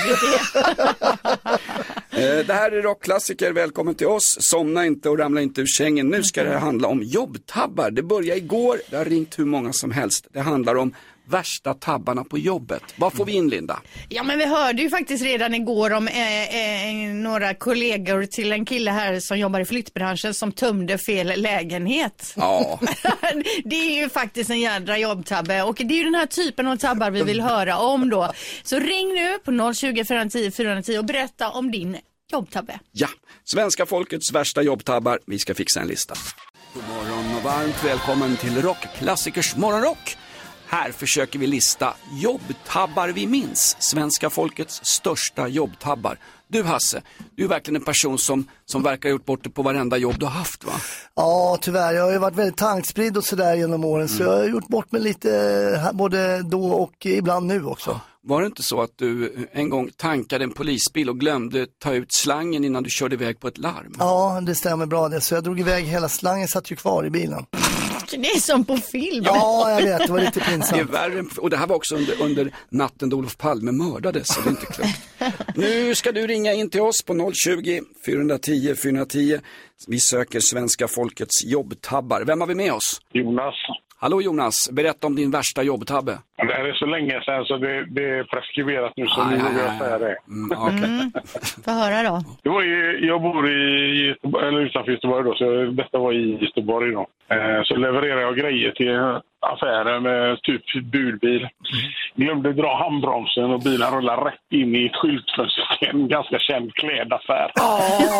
Det här är rockklassiker, välkommen till oss. Somna inte och ramla inte ur sängen. Nu ska det handla om jobbtabbar. Det började igår, det har ringt hur många som helst. Det handlar om värsta tabbarna på jobbet. Vad får vi in, Linda? Ja, men vi hörde ju faktiskt redan igår om eh, eh, några kollegor till en kille här som jobbar i flyttbranschen som tömde fel lägenhet. Ja. Det är ju faktiskt en jädra jobbtabbe och det är ju den här typen av tabbar vi vill höra om då. Så ring nu på noll tjugo, fyra tio, fyra tio och berätta om din jobbtabbe. Ja, svenska folkets värsta jobbtabbar. Vi ska fixa en lista. God morgon och varmt välkommen till Rockklassikers morgonrock. Här försöker vi lista jobbtabbar vi minns. Svenska folkets största jobbtabbar. Du, Hasse, du är verkligen en person som, som verkar ha gjort bort det på varenda jobb du har haft, va? Ja, tyvärr. Jag har ju varit väldigt tankspridd och sådär genom åren. Mm. Så jag har gjort bort mig lite både då och ibland nu också. Var det inte så att du en gång tankade en polisbil och glömde ta ut slangen innan du körde iväg på ett larm? Ja, det stämmer bra det. Så jag drog iväg hela slangen, satt ju kvar i bilen. Det är som på film. Ja, jag vet, det var lite pinsamt. Det är värre, och det här var också under, under natten då Olof Palme mördades, så det är inte klokt. Nu ska du ringa in till oss på noll tjugo, fyra tio, fyra tio. Vi söker svenska folkets jobbtabbar. Vem har vi med oss? Jonas. Hallå Jonas, berätta om din värsta jobbtabbe. Det här är så länge sedan så det, det är preskriberat nu, så ah, nu ja, vill jag ja, säga det. Mm, okay. mm. Få höra då. Det var ju, jag bor i Göteborg, eller utanför Göteborg då, så detta var i Göteborg då. Eh, så levererar jag grejer till affärer med typ budbil. Glömde dra handbromsen och bilen rullar rätt in i ett skyltfönster till en ganska känd klädaffär. Oh.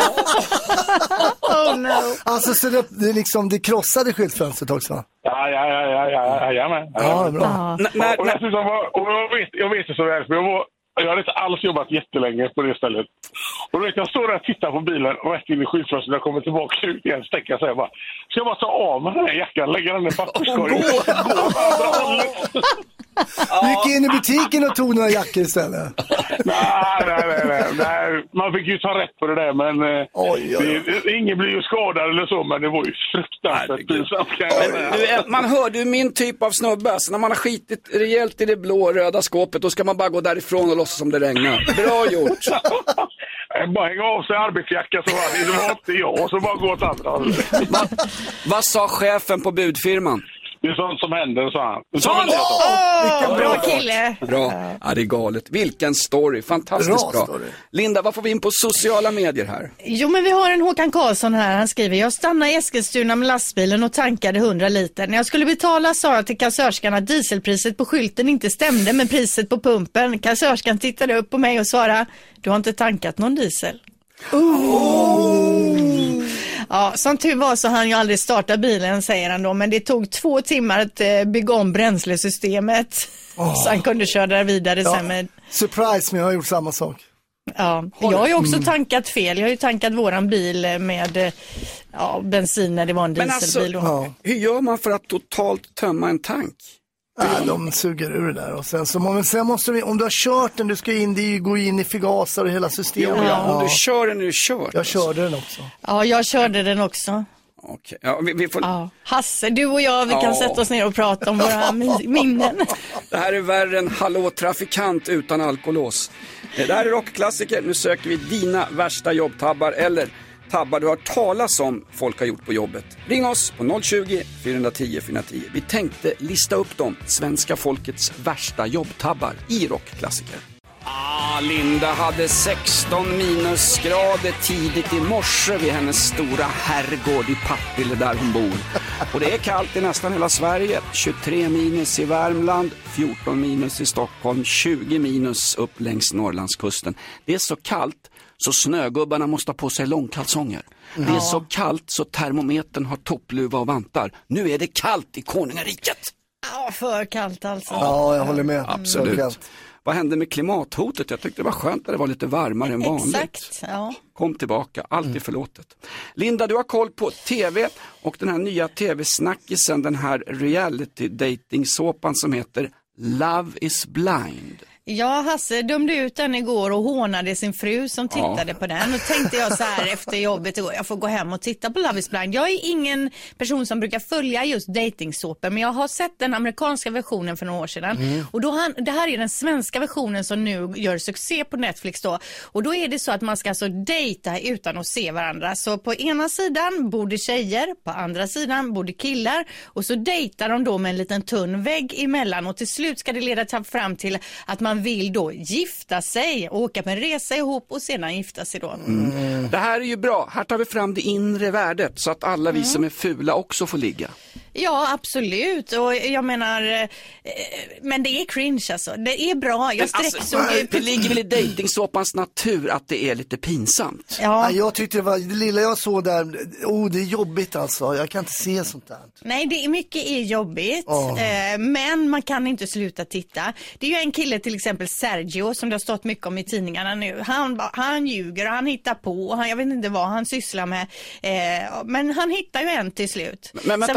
Oh no. Alltså så det, det, liksom, det krossade skyltfönstret också? Ja, ja, ja, ja, ja, ja, men. Ja, bra. Ja. Och, och, dessutom var, och jag vet, jag vet det så väl, för jag var, jag hade inte alls jobbat jättelänge på det stället. Och då vet jag, står där och tittar på bilen rätt in i skyltfönstret, jag kommer tillbaka ut igen, stäcker sig och bara, ska jag bara ta av mig den här jackan, lägga den i papperskorgen och gå åt andra hållet. Du gick in i butiken och tog några jackor istället. nej, nej, nej, nej, nej. Man fick ju ta rätt på det där, men oj, oj, oj. Det, ingen blir ju skadad eller så, men det var ju fruktansvärt pinsamt. Du är, man hör, du är min typ av snubbe, så när man har skitit rejält i det blå röda skåpet, då ska man bara gå därifrån och låtsas som det regnar. Bra gjort. Bara hänga av sig arbetsjacka, så var det, det var inte jag, och så bara gå åt andra. Va, vad sa chefen på budfirman? Det är sånt som händer, sa han. Sånt! Oh, bra kille. Bra. Ja, det är galet. Vilken story. Fantastiskt bra. bra. Linda, vad får vi in på sociala medier här? Jo, men vi har en Håkan Karlsson här. Han skriver, jag stannade i Eskilstuna med lastbilen och tankade hundra liter. När jag skulle betala sa jag till kassörskan att dieselpriset på skylten inte stämde med priset på pumpen. Kassörskan tittade upp på mig och svarade, du har inte tankat någon diesel. Oh. Ja, som tur var så han ju aldrig starta bilen, säger han då, men det tog två timmar att eh, bygga om bränslesystemet oh. så han kunde köra vidare ja. sen med... Surprise, men jag har gjort samma sak. Ja, jag har ju också mm. tankat fel. Jag har ju tankat våran bil med ja, bensin när det var en dieselbil. Men alltså, hur gör man för att totalt tömma en tank? Ja, de suger ur det där och sen så må, sen måste vi, om du har kört den, du ska in, det gå in i förgasar och hela systemet. Ja, ja. Om du kör den är du kört. Jag alltså. körde den också. Ja, jag körde den också. Okej, ja, vi, vi får... ja. Hasse, du och jag, vi kan ja. sätta oss ner och prata om våra minnen. Det här är värre än hallå trafikant utan alkolås. Det här är rockklassiker, nu söker vi dina värsta jobbtabbar eller tabbar du har talas om folk har gjort på jobbet. Ring oss på noll tjugo, fyra tio, fyra tio. Vi tänkte lista upp dem, svenska folkets värsta jobbtabbar i rockklassiker. Ah, Linda hade sexton minusgrader tidigt i morse vid hennes stora herrgård i Partille där hon bor. Och det är kallt i nästan hela Sverige. tjugotre minus i Värmland, fjorton minus i Stockholm, tjugo minus upp längs Norrlandskusten. Det är så kallt så snögubbarna måste ha på sig långkalsonger. Ja. Det är så kallt så termometern har toppluva och vantar. Nu är det kallt i konungariket. Ja, för kallt alltså. Ja, jag håller med. Absolut. Vad hände med klimathotet? Jag tyckte det var skönt att det var lite varmare än vanligt. Exakt, ja. Kom tillbaka, allt är mm. förlåtet. Linda, du har koll på tv och den här nya tv-snackisen, den här reality-dating-såpan som heter Love is blind. Ja, Hasse dömde ut den igår och hånade sin fru som tittade ja. på den. Och tänkte jag så här efter jobbet igår, jag får gå hem och titta på Love is blind. Jag är ingen person som brukar följa just datingsåpor, men jag har sett den amerikanska versionen för några år sedan. Mm. Och då han, det här är den svenska versionen som nu gör succé på Netflix då. Och då är det så att man ska alltså dejta utan att se varandra. Så på ena sidan bor det tjejer, på andra sidan bor det killar. Och så dejtar de då med en liten tunn vägg emellan. Och till slut ska det leda fram till att man Man vill då gifta sig, åka på en resa ihop och sedan gifta sig då. Mm. Det här är ju bra. Här tar vi fram det inre värdet så att alla mm. vi som är fula också får ligga. Ja, absolut. Och jag menar, eh, men det är cringe alltså. Det är bra. Jag alltså, det ligger väl i dejtingsåpans natur att det är lite pinsamt. Ja. Ja, jag tyckte det var, det lilla jag såg där, oh, det är jobbigt alltså. Jag kan inte se sånt där. Nej, det är mycket är jobbigt. Oh. Eh, men man kan inte sluta titta. Det är ju en kille till exempel Sergio som det har stått mycket om i tidningarna nu. Han, han ljuger och han hittar på. Han, jag vet inte vad han sysslar med. Eh, men han hittar ju en till slut. Men vänta, det... va, va,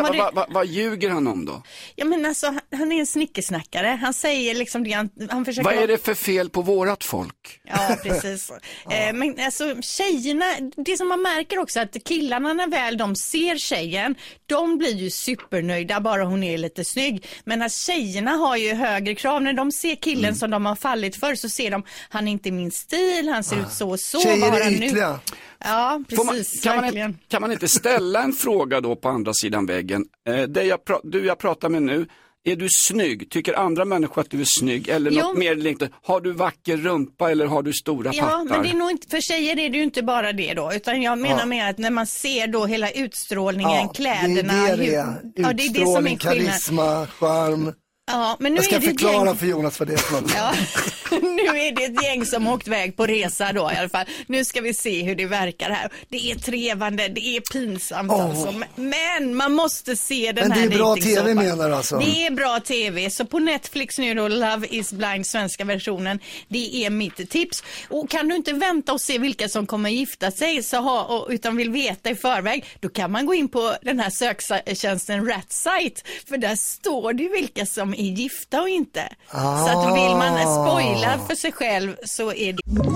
vad, vad ljuger han om då? Ja, men alltså, han är en snickersnackare. Han säger liksom det, han, han försöker... Vad är det för fel på vårat folk? Ja, precis. ja. Eh, men alltså tjejerna, det som man märker också att killarna när väl de ser tjejen, de blir ju supernöjda bara hon är lite snygg. Men att tjejerna har ju högre krav. När de ser killen mm. som de har fallit för så ser de, han är inte min stil, han ser ah. ut så och så. Tjejer vad är ytliga. Ja, precis. Man, kan, man, kan man inte ställa en fråga då på andra sidan väggen? Eh, det jag pra, du jag pratar med nu, är du snygg? Tycker andra människor att du är snygg? Eller jo. något mer eller inte? Har du vacker rumpa eller har du stora ja, pattar? Ja, men det är nog inte, för tjejer är det ju inte bara det då. Utan jag menar ja. med att när man ser då hela utstrålningen, ja, kläderna. Det är det, det är. Ja, det är det som är karisma, charm. Ja, men nu jag ska är det förklara gäng... för Jonas vad det är för något. Ja, nu är det ett gäng som åkt väg på resa då i alla fall. Nu ska vi se hur det verkar här. Det är trevande, det är pinsamt oh. alltså. Men man måste se den här. Men det är bra tv menar du alltså? Det är bra tv. Så på Netflix nu då, Love is blind, svenska versionen. Det är mitt tips. Och kan du inte vänta och se vilka som kommer gifta sig så ha, utan vill veta i förväg, då kan man gå in på den här söktjänsten Ratsite. För där står det vilka som är gifta och inte. Ah. Så att vill man spoila för sig själv så är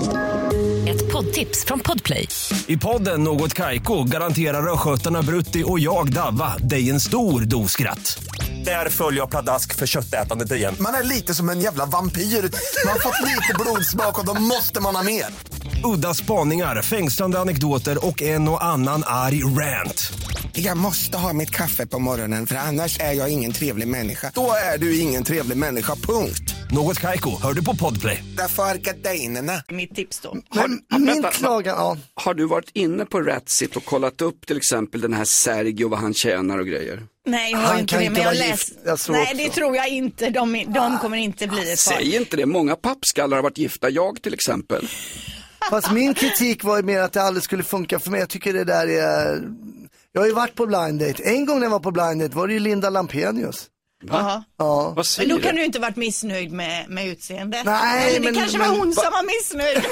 det... Ett poddtips från Podplay. I podden Något Kaiko garanterar röskötarna Brutti och jag Davva dig en stor doskratt. Där följer jag pladask för köttätandet igen. Man är lite som en jävla vampyr. Man har fått lite blodsmak och då måste man ha mer. Udda spaningar, fängslande anekdoter och en och annan arg rant. Jag måste ha mitt kaffe på morgonen för annars är jag ingen trevlig människa. Då är du ingen trevlig människa, punkt. Något Kaiko, hör du på Podplay. Därför är gardinerna. Mitt tips då. Har, min vänta, klagan, ja. Har du varit inne på Ratsit och kollat upp till exempel den här Sergio, vad han tjänar och grejer? Nej, jag har han inte kan det, inte men jag vara läs... gift. Jag Nej, också. det tror jag inte. De, de kommer inte bli ett par. Säg inte det, många pappskallar har varit gifta, jag till exempel. Fast min kritik var ju mer att det aldrig skulle funka för mig. Jag tycker det där är... Jag har ju varit på blind date. En gång när jag var på blind date var det ju Linda Lampenius. Va? Ja. Vad säger men då kan du du inte varit missnöjd med, med utseende. Nej, eller det men, kanske men, var hon va? som var missnöjd.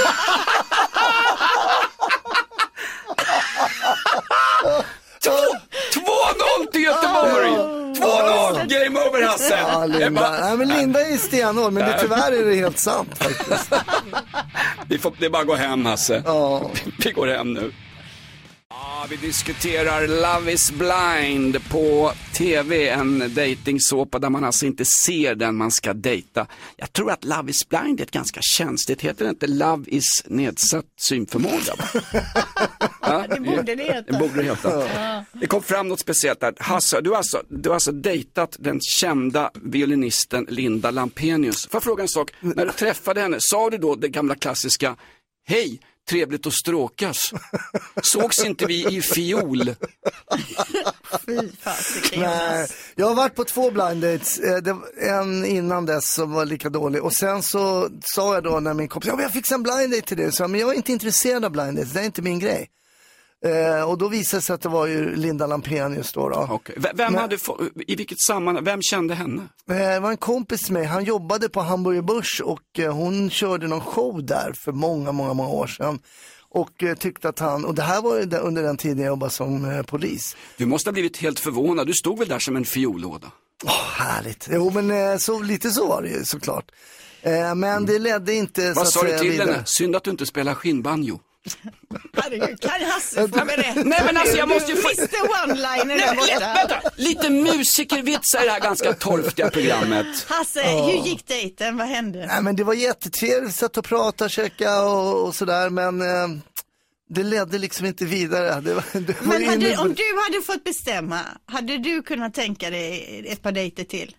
två noll till Göteborg! två noll! Game over, Hasse! Ja, Linda. Nej, men Linda är stenhård, men det, tyvärr är det helt sant faktiskt. Vi får, det är bara att gå hem, Hasse. Ja. Vi går hem nu. Ja, vi diskuterar Love is blind på tv, en dejtingsåpa där man alltså inte ser den man ska dejta. Jag tror att Love is blind är ett ganska känsligt, heter det inte Love is nedsatt synförmåga? Ja, det borde det heta. Det borde det heta. Ja. Det kom fram något speciellt där. Hasse, du har alltså, du har alltså dejtat den kända violinisten Linda Lampenius. Får jag fråga en sak? När du träffade henne, sa du då det gamla klassiska hej, trevligt att stråkas? Sågs inte vi i fiol? Fy fasiken. Nej, jag har varit på två blind dates. En innan dess som var lika dålig. Och sen så sa jag då när min kompis, ja men jag fixade en blind date till det. Så, men jag är inte intresserad av blind dates, det är inte min grej. Eh, och då visade det sig att det var ju Linda Lampenius då. då. Okay. V- vem men, hade få, i vilket sammanhang, vem kände henne? Eh, det var en kompis till mig, han jobbade på Hamburger Börs och eh, hon körde någon show där för många, många, många år sedan. Och eh, tyckte att han, och det här var ju under den tiden jag jobbade som eh, polis. Du måste ha blivit helt förvånad, du stod väl där som en fiollåda? Åh, oh, härligt. Jo, men eh, så, lite så var det ju såklart. Eh, men mm. det ledde inte. Vad så sa att du till vidare. henne? Synd att du inte spelar skinnbanjo. Herregud, kan Hasse få berätta? Nej men alltså jag måste ju få... Sista one-liner där borta. Vänta, lite musikervitsar i det här ganska torftiga programmet. Hasse, oh. hur gick dejten? Vad hände? Nej men det var jättetrevligt, satt och prata, käka och, och sådär, men eh, det ledde liksom inte vidare. Det var, det var men hade, inne... om du hade fått bestämma, hade du kunnat tänka dig ett par dejter till?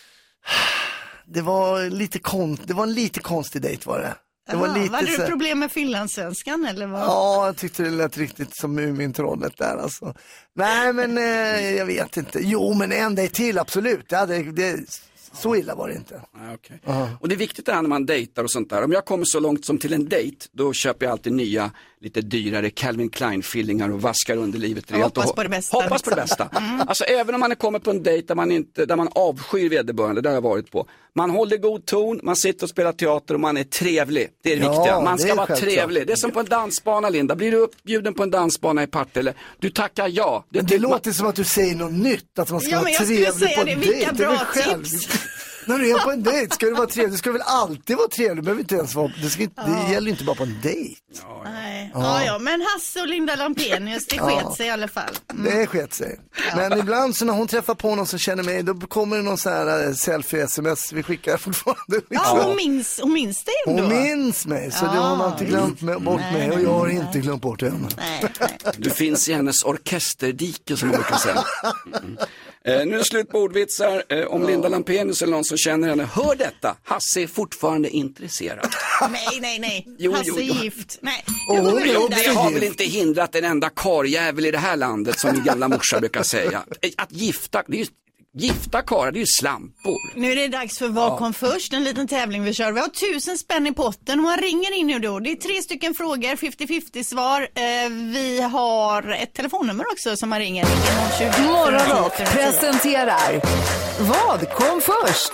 Det var lite konst, det var en lite konstig dejt var det. Det Aha, var lite var det så... problem med finlandssvenskan eller vad? Ja, jag tyckte det lät riktigt som Mumintrollet där alltså. Nej men eh, jag vet inte. Jo men en dejt till, absolut. Ja, det, det Så illa var det inte. Ah, okay. uh-huh. Och det är viktigt det här när man dejtar och sånt där. Om jag kommer så långt som till en dejt, då köper jag alltid nya, lite dyrare Calvin Klein-fillingar och vaskar underlivet rejält. Hoppas och på det bästa. Hoppas på det bästa. Mm. Alltså även om man är kommit på en dejt där man, inte, där man avskyr vederbörande, där har jag varit på. Man håller god ton, man sitter och spelar teater och man är trevlig. Det är det ja, viktiga. Man ska vara självklart. trevlig. Det är som på en dansbana, Linda. Blir du uppbjuden på en dansbana i Partille, du tackar ja. Det, det låter man... som att du säger något nytt, att man ska ja, vara trevlig på en dejt. Det är bra tips. När du är på en dejt ska du vara trevlig. Du ska väl alltid vara trevlig. Du behöver inte ens vara, det, ska inte, ja. det gäller inte bara på en dejt. Ja, Nej. Ja. Ja, ja, men Hasse och Linda Lampenius, det sket ja. sig i alla fall. Mm. Det sket sig. Ja. Men ibland så när hon träffar på någon som känner mig, då kommer det någon sån här selfie-sms vi skickar fortfarande. Ja, hon minns, hon minns det ändå. Hon minns mig, så ja. det har man inte glömt med, bort nej, mig och jag har nej. inte glömt bort henne. Nej, nej. Du finns i hennes orkesterdike som man brukar säga. Mm. Eh, nu är det slut på ordvitsar. Eh, om Linda Lampenius eller någon som känner henne hör detta. Hasse är fortfarande intresserad. Nej, nej, nej. Jo, Hasse jo, jo. är gift. Nej. Oh, jo, det har väl inte hindrat en enda karjävel i det här landet, som min gamla morsa brukar säga. Att gifta, det är ju Gifta karlar, det är ju slampor. Nu är det dags för Vad kom ja. först? En liten tävling vi kör. Vi har tusen spänn i potten och man ringer in nu då. Det är tre stycken frågor, femtio femtio svar. Eh, vi har ett telefonnummer också som man ringer. Morgonrock presenterar Vad kom först?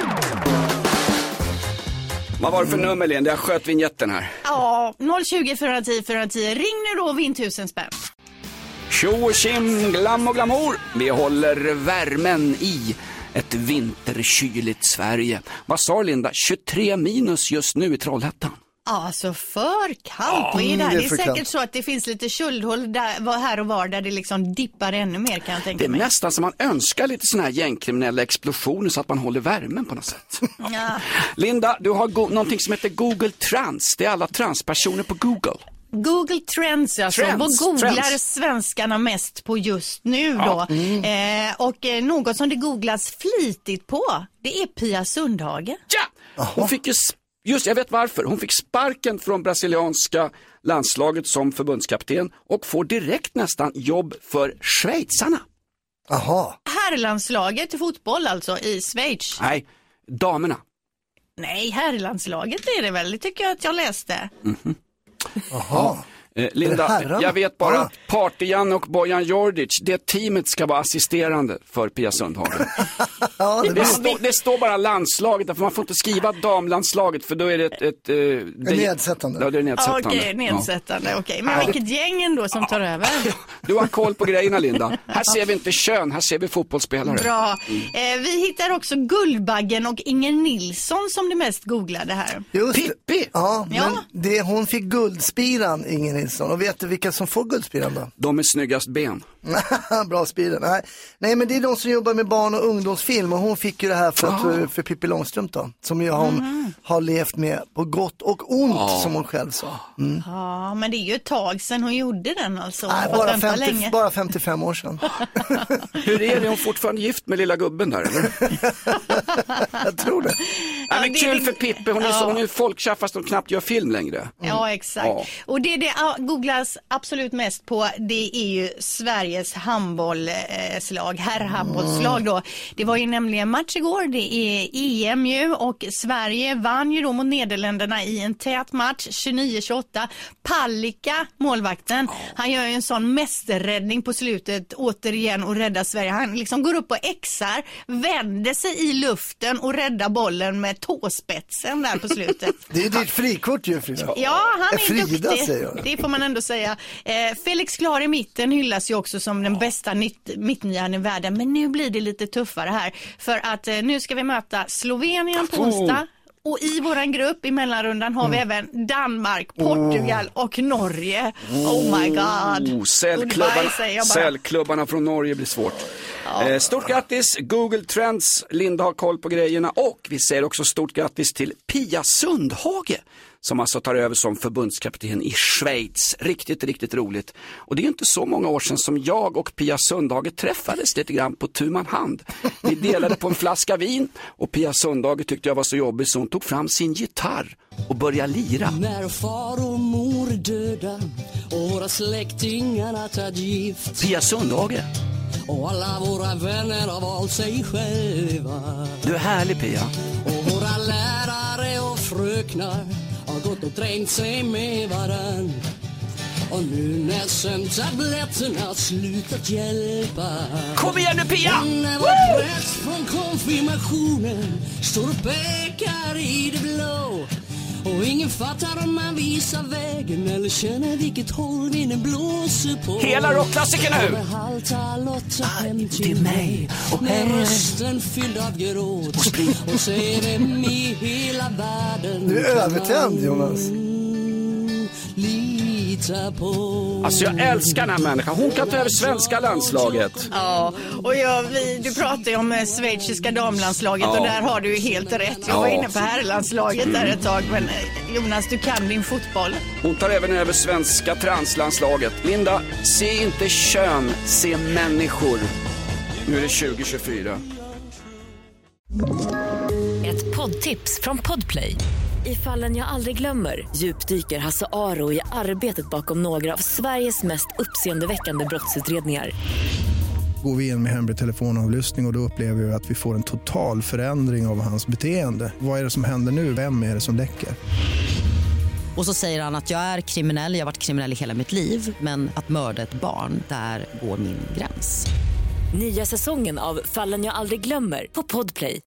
Vad var det för nummer, Lena? Jag sköt vignetten här. Ja, noll tjugo, fyra tio, fyra tio. Ring nu då och vinn tusen spänn. Tjo och tjim, glam och glamour. Vi håller värmen i ett vinterkyligt Sverige. Vad sa Linda? tjugotre minus just nu i Trollhättan. Alltså för kallt. Oh, mm, det, det är säkert kallt. Så att det finns lite köldhåll där, här och var där det liksom dippar ännu mer, kan jag tänka mig. Det är mig. nästan som man önskar lite såna här gängkriminella explosioner så att man håller värmen på något sätt. Ja. Linda, du har go- någonting som heter Google Trends. Det är alla transpersoner på Google. Google Trends, alltså. Trends, Vad googlar trends. svenskarna mest på just nu då? Ja. Mm. Eh, och eh, något som det googlas flitigt på, det är Pia Sundhage. Ja, hon fick ju, just jag vet varför, hon fick sparken från brasilianska landslaget som förbundskapten och får direkt nästan jobb för schweizarna. Aha. Herrlandslaget i fotboll alltså i Schweiz. Nej, damerna. Nej, herrlandslaget är det väl, det tycker jag att jag läste. Mhm. Jaha. Eh, Linda, jag vet bara att Party-Jan och Bojan Djordjic, det teamet ska vara assisterande för Pia Sundhage. Ja, det, det, stå, det står bara landslaget, för man får inte skriva damlandslaget, för då är det ett... ett, ett det, nedsättande. Ja, det är nedsättande. Okej, nedsättande, ja. Okej. Men vilket gäng ändå som tar över? Du har koll på grejerna, Linda. Här ser vi inte kön, här ser vi fotbollsspelare. Bra. Eh, vi hittar också Guldbaggen och Inger Nilsson som det mest googlade här. Just Pippi! Ja, men ja. Det, hon fick guldspiran, Inger Nilsson. Och vet du vilka som får guldspiran då? De är snyggast ben. Bra spiran. Nej. Nej, men det är de som jobbar med barn- och ungdomsfilm. Och hon fick ju det här för, att, för, för Pippi Långstrump då. Som ju hon mm. har levt med på gott och ont, oh. som hon själv sa. Mm. Ja, men det är ju ett tag sedan hon gjorde den alltså. Nej, bara, femtio, bara femtiofem år sedan. Hur är det? Hon fortfarande gift med lilla gubben där, eller? Jag tror det. Ja, men kul för Pippi. Hon är, ja. så, hon är folkkär fast hon knappt gör film längre. Mm. Ja, exakt. Ja. Och det det googlas absolut mest på, det är ju Sveriges handbollslag, herrhandbollslag då. Det var ju nämligen match igår, det är E M ju, och Sverige vann ju då mot Nederländerna i en tät match, tjugonio tjugoåtta. Palicka, målvakten, han gör ju en sån mästerräddning på slutet återigen och räddar Sverige. Han liksom går upp och exar, vänder sig i luften och räddar bollen med tåspetsen där på slutet. Det är ditt frikort ju, Frida. Ja, han är Frida, duktig. Säger jag. Det får man ändå säga. Eh, Felix Klar i mitten hyllas ju också som den bästa mittnian i världen. Men nu blir det lite tuffare här. För att eh, nu ska vi möta Slovenien på onsdag. Och i våran grupp i mellanrundan har mm. vi även Danmark, Portugal oh. och Norge. Oh my god. Oh, cellklubbarna, cellklubbarna från Norge blir svårt. Ja. Eh, stort grattis, Google Trends. Linda har koll på grejerna. Och vi säger också stort grattis till Pia Sundhage, som alltså tar över som förbundskapten i Schweiz. Riktigt, riktigt roligt. Och det är inte så många år sedan som jag och Pia Sundhage träffades lite grann på tu man hand. Vi delade på en flaska vin och Pia Sundhage tyckte jag var så jobbig så hon tog fram sin gitarr och började lira. När far och mor döda och våra släktingarna tar gift. Pia Sundhage. Och alla våra vänner har valt sig själva. Du är härlig, Pia. Och våra lärare och fröknar har gått och trängt sig med varann. Och nu när sömntabletterna slutat hjälpa. Kom igen nu, Pia! När vår präst från konfirmationen står och pekar i det blå. Och ingen fattar om man visar vägen eller känner vilket håll vinden blåser på. Hela rockklassiker nu! Aj, till mig och med rösten fylld av gråt och, och säger vem i hela världen. Du är övertänd, Jonas. Lita på. Alltså jag älskar den här människan. Hon kan ta över svenska landslaget. Ja, och jag, vi, du pratar ju om eh, schweiziska damlandslaget Ja. och där har du ju helt rätt. Jag Ja. var inne på herrlandslaget där ett tag, men eh, Jonas, du kan din fotboll. Hon tar även över svenska translandslaget. Linda, se inte kön, se människor. Nu är det tjugo tjugofyra. Ett poddtips från Podplay. I Fallen jag aldrig glömmer djupdyker Hasse Aro i arbetet bakom några av Sveriges mest uppseendeväckande brottsutredningar. Går vi in med hemlig telefonavlyssning och, och då upplever vi att vi får en total förändring av hans beteende. Vad är det som händer nu? Vem är det som läcker? Och så säger han att jag är kriminell, jag har varit kriminell i hela mitt liv. Men att mörda ett barn, där går min gräns. Nya säsongen av Fallen jag aldrig glömmer på Podplay.